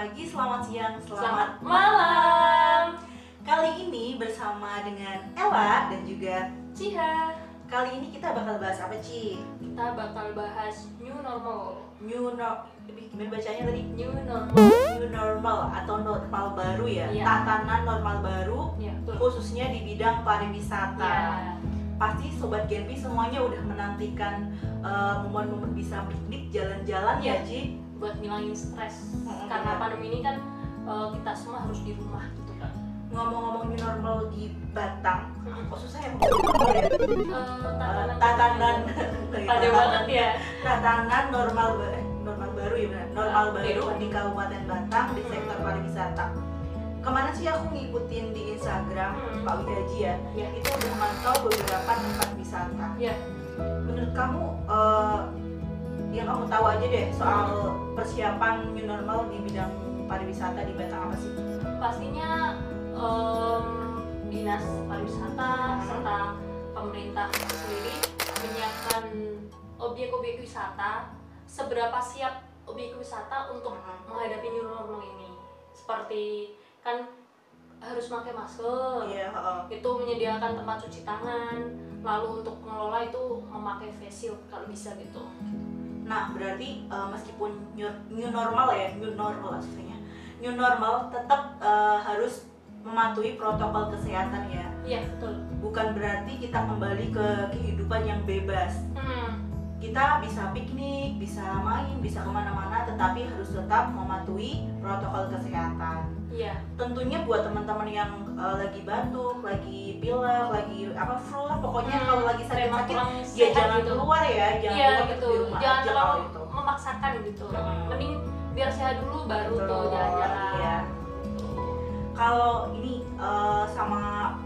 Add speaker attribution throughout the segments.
Speaker 1: pagi, selamat siang,
Speaker 2: Selamat malam.
Speaker 1: Kali ini bersama dengan Ella dan juga
Speaker 2: Ciha.
Speaker 1: kali ini kita bakal bahas apa, Ci?
Speaker 2: Kita bakal bahas new normal.
Speaker 1: Gimana bacanya tadi?
Speaker 2: New normal.
Speaker 1: New normal atau normal baru ya?
Speaker 2: Iya.
Speaker 1: Tatanan normal baru,
Speaker 2: Ya, betul.
Speaker 1: khususnya di bidang pariwisata.
Speaker 2: Ya.
Speaker 1: Pasti Sobat Genpi semuanya udah menantikan momen-momen bisa piknik, jalan-jalan ya, Ci?
Speaker 2: Buat ngilangin stres.
Speaker 1: Mm-mm,
Speaker 2: Karena
Speaker 1: benar.
Speaker 2: pandemi ini kan kita semua harus di rumah gitu kan.
Speaker 1: Ngomong-ngomong new normal di Batang, kok susah ya?
Speaker 2: Tatanan pada banget ya.
Speaker 1: Tatanan normal baru ya benar, normal baru
Speaker 2: Baru.
Speaker 1: di Kabupaten Batang di sektor pariwisata. Kemana sih aku ngikutin di Instagram Pak Widaji ya,
Speaker 2: Ya.
Speaker 1: itu udah mantau beberapa tempat wisata.
Speaker 2: Ya.
Speaker 1: Menurut kamu yang kamu tahu aja deh soal persiapan new normal di bidang pariwisata di Batang apa sih?
Speaker 2: Pastinya dinas pariwisata serta pemerintah sendiri menyiapkan objek-objek wisata. Seberapa siap objek wisata untuk menghadapi new normal ini? Seperti kan harus pakai masker,
Speaker 1: Iya,
Speaker 2: itu menyediakan tempat cuci tangan, lalu untuk mengelola itu memakai face shield kalau bisa gitu.
Speaker 1: Nah, berarti meskipun new normal ya, new normal maksudnya. New normal tetap harus mematuhi protokol kesehatan ya.
Speaker 2: Iya, betul.
Speaker 1: Bukan berarti kita kembali ke kehidupan yang bebas. Kita bisa piknik, bisa main, bisa kemana-mana, tetapi harus tetap mematuhi protokol kesehatan.
Speaker 2: Iya.
Speaker 1: Tentunya buat teman-teman yang lagi batuk, lagi pilek, lagi flu lah, pokoknya kalau lagi sakit-sakit
Speaker 2: kurang
Speaker 1: ya
Speaker 2: sehat
Speaker 1: jangan
Speaker 2: gitu.
Speaker 1: keluar ya, jangan
Speaker 2: Iya
Speaker 1: keluar
Speaker 2: gitu,
Speaker 1: di rumah
Speaker 2: jangan
Speaker 1: aja
Speaker 2: terlalu
Speaker 1: kalau itu.
Speaker 2: memaksakan gitu. Mending biar sehat dulu baru tuh
Speaker 1: Betul,
Speaker 2: jalan-jalan.
Speaker 1: iya. Kalau ini sama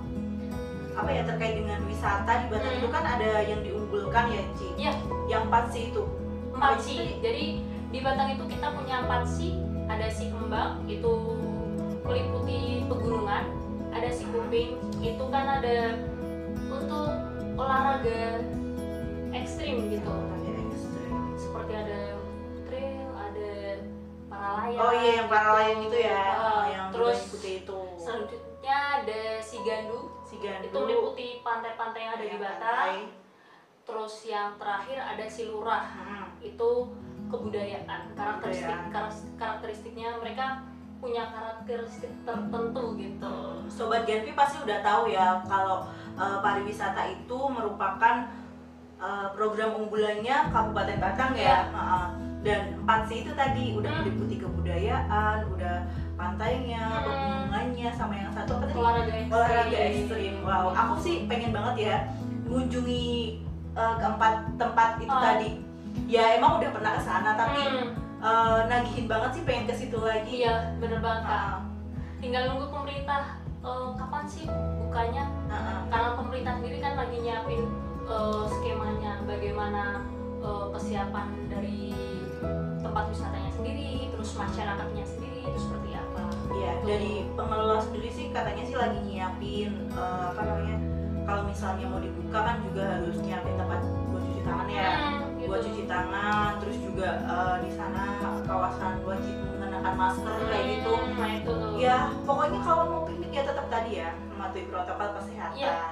Speaker 1: apa ya, terkait dengan wisata di Batang itu kan ada yang diunggulkan ya, Ci?
Speaker 2: Iya.
Speaker 1: Yang 4 sih itu.
Speaker 2: Empat
Speaker 1: Oh,
Speaker 2: sih.
Speaker 1: itu
Speaker 2: Jadi di Batang itu kita punya 4 sih. Ada si Kembang itu meliputi pegunungan. Ada si Kuping itu kan ada untuk olahraga ekstrim gitu.
Speaker 1: olahraga ekstrim.
Speaker 2: Seperti ada trail, ada para layang.
Speaker 1: Oh iya, yang para layang itu ya, yang
Speaker 2: terus
Speaker 1: putih itu.
Speaker 2: selanjutnya ada si Gandu.
Speaker 1: Si Gandu.
Speaker 2: Itu meliputi pantai-pantai yang ada di
Speaker 1: Yang
Speaker 2: Batam.
Speaker 1: pantai.
Speaker 2: Terus yang terakhir ada si Lurah. Itu kebudayaan. Karakteristiknya mereka punya karakteristik tertentu gitu.
Speaker 1: Sobat Genpi pasti udah tahu ya kalau pariwisata itu merupakan program unggulannya Kabupaten Batang ya. Dan 4 sih itu tadi udah meliputi kebudayaan, udah pantainya, pegunungannya, sama yang satu apa tadi? Olahraga ekstrim. Wow, aku sih pengen banget ya mengunjungi keempat tempat itu tadi. Ya emang udah pernah ke sana tapi nagihin banget sih pengen ke situ lagi.
Speaker 2: Iya, bener banget Kak. Tinggal nunggu pemerintah kapan sih bukanya. Karena pemerintah sendiri kan lagi nyiapin skemanya bagaimana kesiapan dari tempat wisatanya sendiri, terus masyarakatnya sendiri itu seperti apa.
Speaker 1: Iya,
Speaker 2: Gitu.
Speaker 1: dari pengelola sendiri sih katanya sih lagi nyiapin kalau misalnya mau dibuka kan juga harus nyiapin tempat buat cuci tangan ya.
Speaker 2: Gitu.
Speaker 1: Buat cuci tangan, terus juga di sana kawasan wajib mengenakan masker kayak gitu.
Speaker 2: Nah itu tuh.
Speaker 1: Ya, pokoknya kalau mau piknik ya tetap tadi ya, mematuhi protokol kesehatan.
Speaker 2: Iya.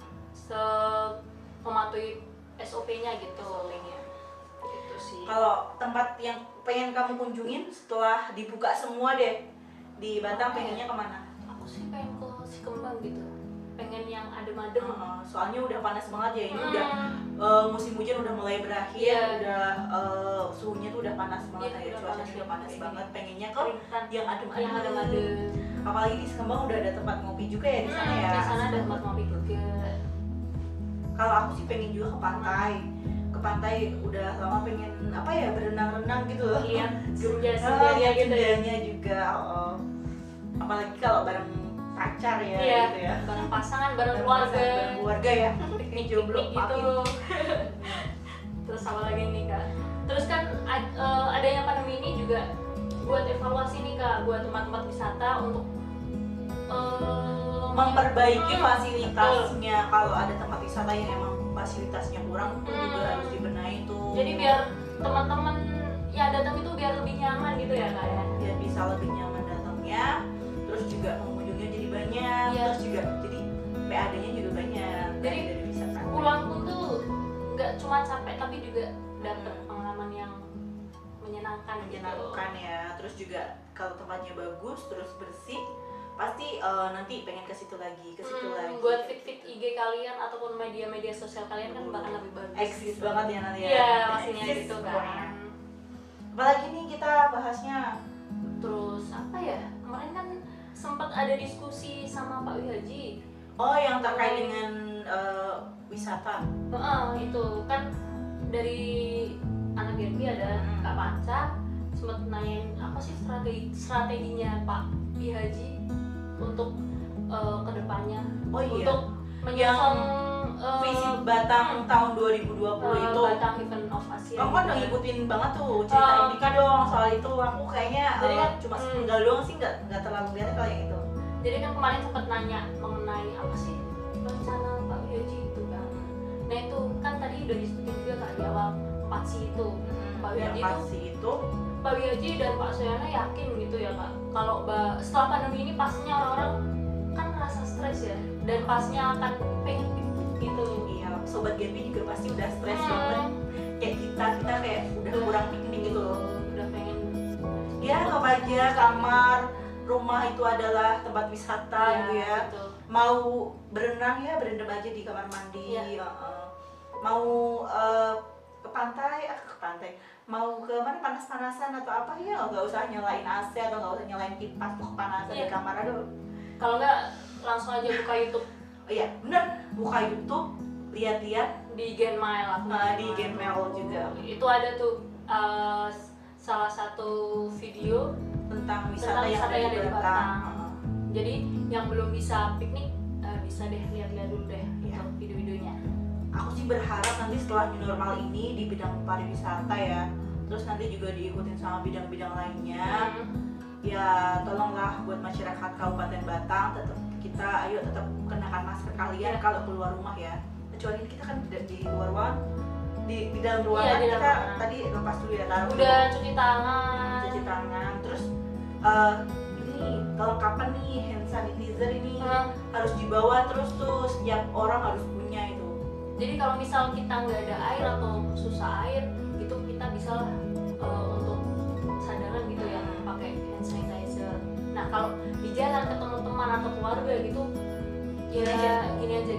Speaker 2: Mematuhi SOP-nya gitu.
Speaker 1: SOP-nya.
Speaker 2: Gitu sih.
Speaker 1: Kalau tempat yang pengen kamu kunjungin setelah dibuka semua deh di Batang, pengennya kemana?
Speaker 2: Aku sih pengen ke si Kembang gitu. Pengen yang adem-adem.
Speaker 1: Soalnya udah panas banget ya, ini udah musim hujan udah mulai berakhir,
Speaker 2: Iya.
Speaker 1: udah suhunya tuh udah panas banget
Speaker 2: Iya,
Speaker 1: ya,
Speaker 2: udah
Speaker 1: cuacanya
Speaker 2: panas
Speaker 1: udah panas
Speaker 2: banget.
Speaker 1: banget. Pengennya ke
Speaker 2: Keringetan.
Speaker 1: yang adem-adem.
Speaker 2: Yang adem-adem.
Speaker 1: Apalagi di Sekembang udah ada tempat ngopi juga ya di sana ya.
Speaker 2: Di sana ada tempat ngopi juga.
Speaker 1: Kalau aku sih pengen juga ke pantai. Ke pantai udah lama pengen berenang-renang gitu loh.
Speaker 2: Lihat
Speaker 1: Senja-senjanya
Speaker 2: senja-senjanya gitu ya.
Speaker 1: juga. Apalagi kalau bareng pacar ya
Speaker 2: Iya,
Speaker 1: gitu ya.
Speaker 2: bareng pasangan, bareng
Speaker 1: Bareng
Speaker 2: keluarga.
Speaker 1: bareng keluarga ya.
Speaker 2: Piknik
Speaker 1: Jomblo,
Speaker 2: gitu. Terus apa lagi nih Kak? Terus kan adanya pandemi ini juga buat evaluasi nih Kak, buat tempat-tempat wisata untuk
Speaker 1: memperbaiki fasilitasnya. Kalau ada tempat wisata yang emang fasilitasnya kurang tuh juga harus dibenahi tuh.
Speaker 2: Jadi biar teman-teman ya datang itu biar lebih nyaman gitu ya Kak ya.
Speaker 1: Biar bisa lebih nyaman datangnya, terus juga pengunjungnya jadi banyak, terus juga jadi PAD-nya juga banyak.
Speaker 2: Jadi
Speaker 1: dari wisata.
Speaker 2: Pulang pun tuh nggak cuma capek tapi juga dapat pengalaman yang menyenangkan gitu.
Speaker 1: Ya. Terus juga kalau tempatnya bagus, terus bersih, pasti nanti pengen ke situ lagi, lagi.
Speaker 2: Buat fit IG kalian ataupun media-media sosial kalian kan bakal lebih bagus.
Speaker 1: Eksis banget ya nanti ya.
Speaker 2: Iya, pastinya gitu kan.
Speaker 1: Apalagi nih kita bahasnya.
Speaker 2: Terus apa ya? Kemarin kan sempat ada diskusi sama Pak Wihaji.
Speaker 1: Oh, yang terkait dengan wisata.
Speaker 2: Itu kan dari anak Genpi ada Kak Panca sempat nanyain apa sih strateginya Pak Wihaji untuk kedepannya untuk menyosong
Speaker 1: Visit Batang tahun 2020 itu.
Speaker 2: Batang Event of Asia.
Speaker 1: Kamu kan ngikutin banget tuh, ceritain dikit dong soal itu. Aku kayaknya cuma sepenggal doang sih, nggak terlalu lihat kalau yang itu.
Speaker 2: Jadi kan kemarin sempat nanya mengenai apa sih rencana Pak Wihaji itu kan. Nah itu kan tadi udah disebutin juga Kak di awal 4C itu. Pak Wihaji itu Pak Wihaji dan Pak Soyono yakin gitu ya Kak. Kalau setelah pandemi ini pastinya orang-orang kan merasa stres ya, dan pastinya akan pengen gitu.
Speaker 1: Iya, sobat Genpi juga pasti udah stres banget. Kayak kita kayak udah kurang piknik gitu loh.
Speaker 2: Udah pengen.
Speaker 1: Ya, apa aja kamar, rumah itu adalah tempat wisata gitu ya.
Speaker 2: Betul.
Speaker 1: Mau berenang ya berendam aja di kamar mandi. Mau ke pantai, mau ke mana panas-panasan atau apa ya nggak usah nyalain AC atau nggak usah nyalain kipas tuh kepanasan di kamar. Aduh,
Speaker 2: kalau nggak langsung aja buka YouTube.
Speaker 1: Oh iya bener, buka YouTube, lihat-lihat
Speaker 2: di Genmail
Speaker 1: di Genmail juga
Speaker 2: itu ada tuh salah satu video
Speaker 1: tentang wisata yang ada di Batam.
Speaker 2: Jadi yang belum bisa piknik bisa deh lihat-lihat dulu deh untuk video-videonya.
Speaker 1: Aku sih berharap nanti setelah new normal ini di bidang pariwisata ya, terus nanti juga diikutin sama bidang-bidang lainnya. Ya tolonglah buat masyarakat Kabupaten Batang ayo tetap kenakan masker kalian kalau keluar rumah ya. Kecuali kita kan di luar ruangan, di dalam ruangan kita tadi lepas dulu ya taruh.
Speaker 2: Udah cuci tangan.
Speaker 1: Terus ini kelengkapan nih hand sanitizer ini harus dibawa terus tuh, setiap orang harus punya itu.
Speaker 2: Jadi kalau misal kita nggak ada air atau susah air, itu kita bisa untuk cadangan gitu ya, pakai hand sanitizer. Nah kalau di jalan ketemu teman atau keluarga gitu, ya gini aja.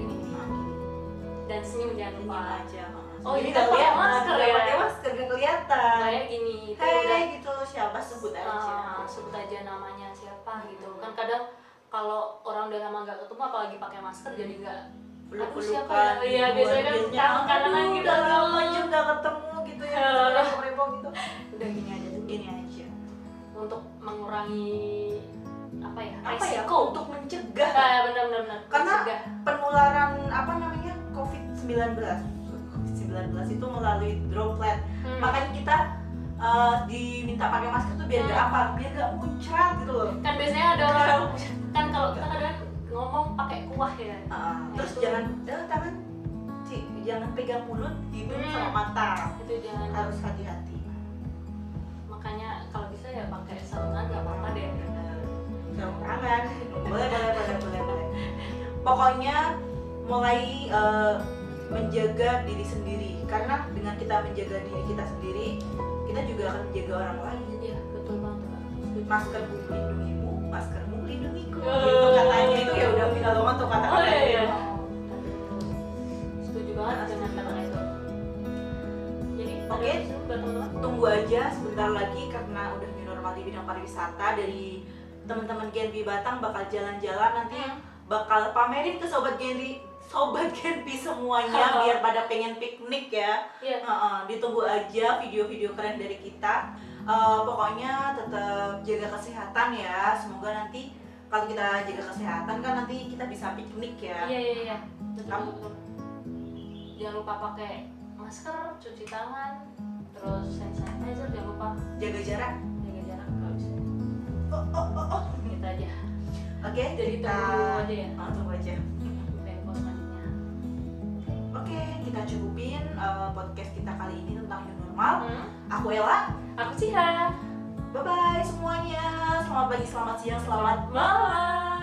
Speaker 2: Dan senyum jangan lupa
Speaker 1: aja.
Speaker 2: Oh ini nggak pakai masker ya?
Speaker 1: Pakai masker nggak kelihatan.
Speaker 2: Kayak gini.
Speaker 1: Hey gitu, siapa sebut aja.
Speaker 2: Sebut aja namanya siapa gitu. Kan kadang kalau orang udah lama nggak ketemu, apalagi pakai masker jadi nggak. Aduh siapa ya? Iya biasanya kan kangen-kangenan gitu.
Speaker 1: Udah lama aja nggak ketemu gitu ya. Repot gitu.
Speaker 2: Udah gini aja. Untuk mengurangi
Speaker 1: resiko untuk mencegah.
Speaker 2: Benar.
Speaker 1: Karena penularan COVID-19 itu melalui droplet. Makanya kita diminta pakai masker tuh biar nggak muncrat gitu loh.
Speaker 2: Kan biasanya ada orang kan kalau kita kadang ngomong pakai kuah ya.
Speaker 1: Terus jangan jangan pegang mulut, hidung sama mata.
Speaker 2: Itu jangan,
Speaker 1: harus hati-hati.
Speaker 2: Makanya kalau bisa ya pakai sarung tangan nggak apa-apa deh.
Speaker 1: Sarung tangan boleh. Pokoknya mulai menjaga diri sendiri, karena dengan kita menjaga diri kita sendiri, kita juga akan menjaga orang lain.
Speaker 2: Iya betul banget.
Speaker 1: Maskermu melindungimu, maskermu melindungiku. Gitu katanya, itu ya udah final banget tuh kata-kata.
Speaker 2: Iya. Setuju banget dengan kata itu. Jadi
Speaker 1: oke, tunggu aja sebentar lagi karena udah new normal di bidang pariwisata. Dari teman-teman Genpi Batang bakal jalan-jalan nanti, bakal pamerin ke sobat Genpi semuanya biar pada pengen piknik ya. Ditunggu aja video-video keren dari kita. Pokoknya tetap jaga kesehatan ya. Semoga nanti kalau kita jaga kesehatan kan nanti kita bisa piknik ya.
Speaker 2: Iya. Betul. Jangan lupa pakai masker, cuci tangan, terus hand sanitizer, jangan lupa
Speaker 1: jaga jarak
Speaker 2: kalau bisa. Gitu aja.
Speaker 1: Oke,
Speaker 2: jadi tunggu aja ya.
Speaker 1: Tunggu aja. Oke, kita cukupin podcast kita kali ini tentang new normal. Aku Ella.
Speaker 2: Aku Ciha.
Speaker 1: Bye bye semuanya. Selamat pagi, selamat siang, selamat
Speaker 2: Malam.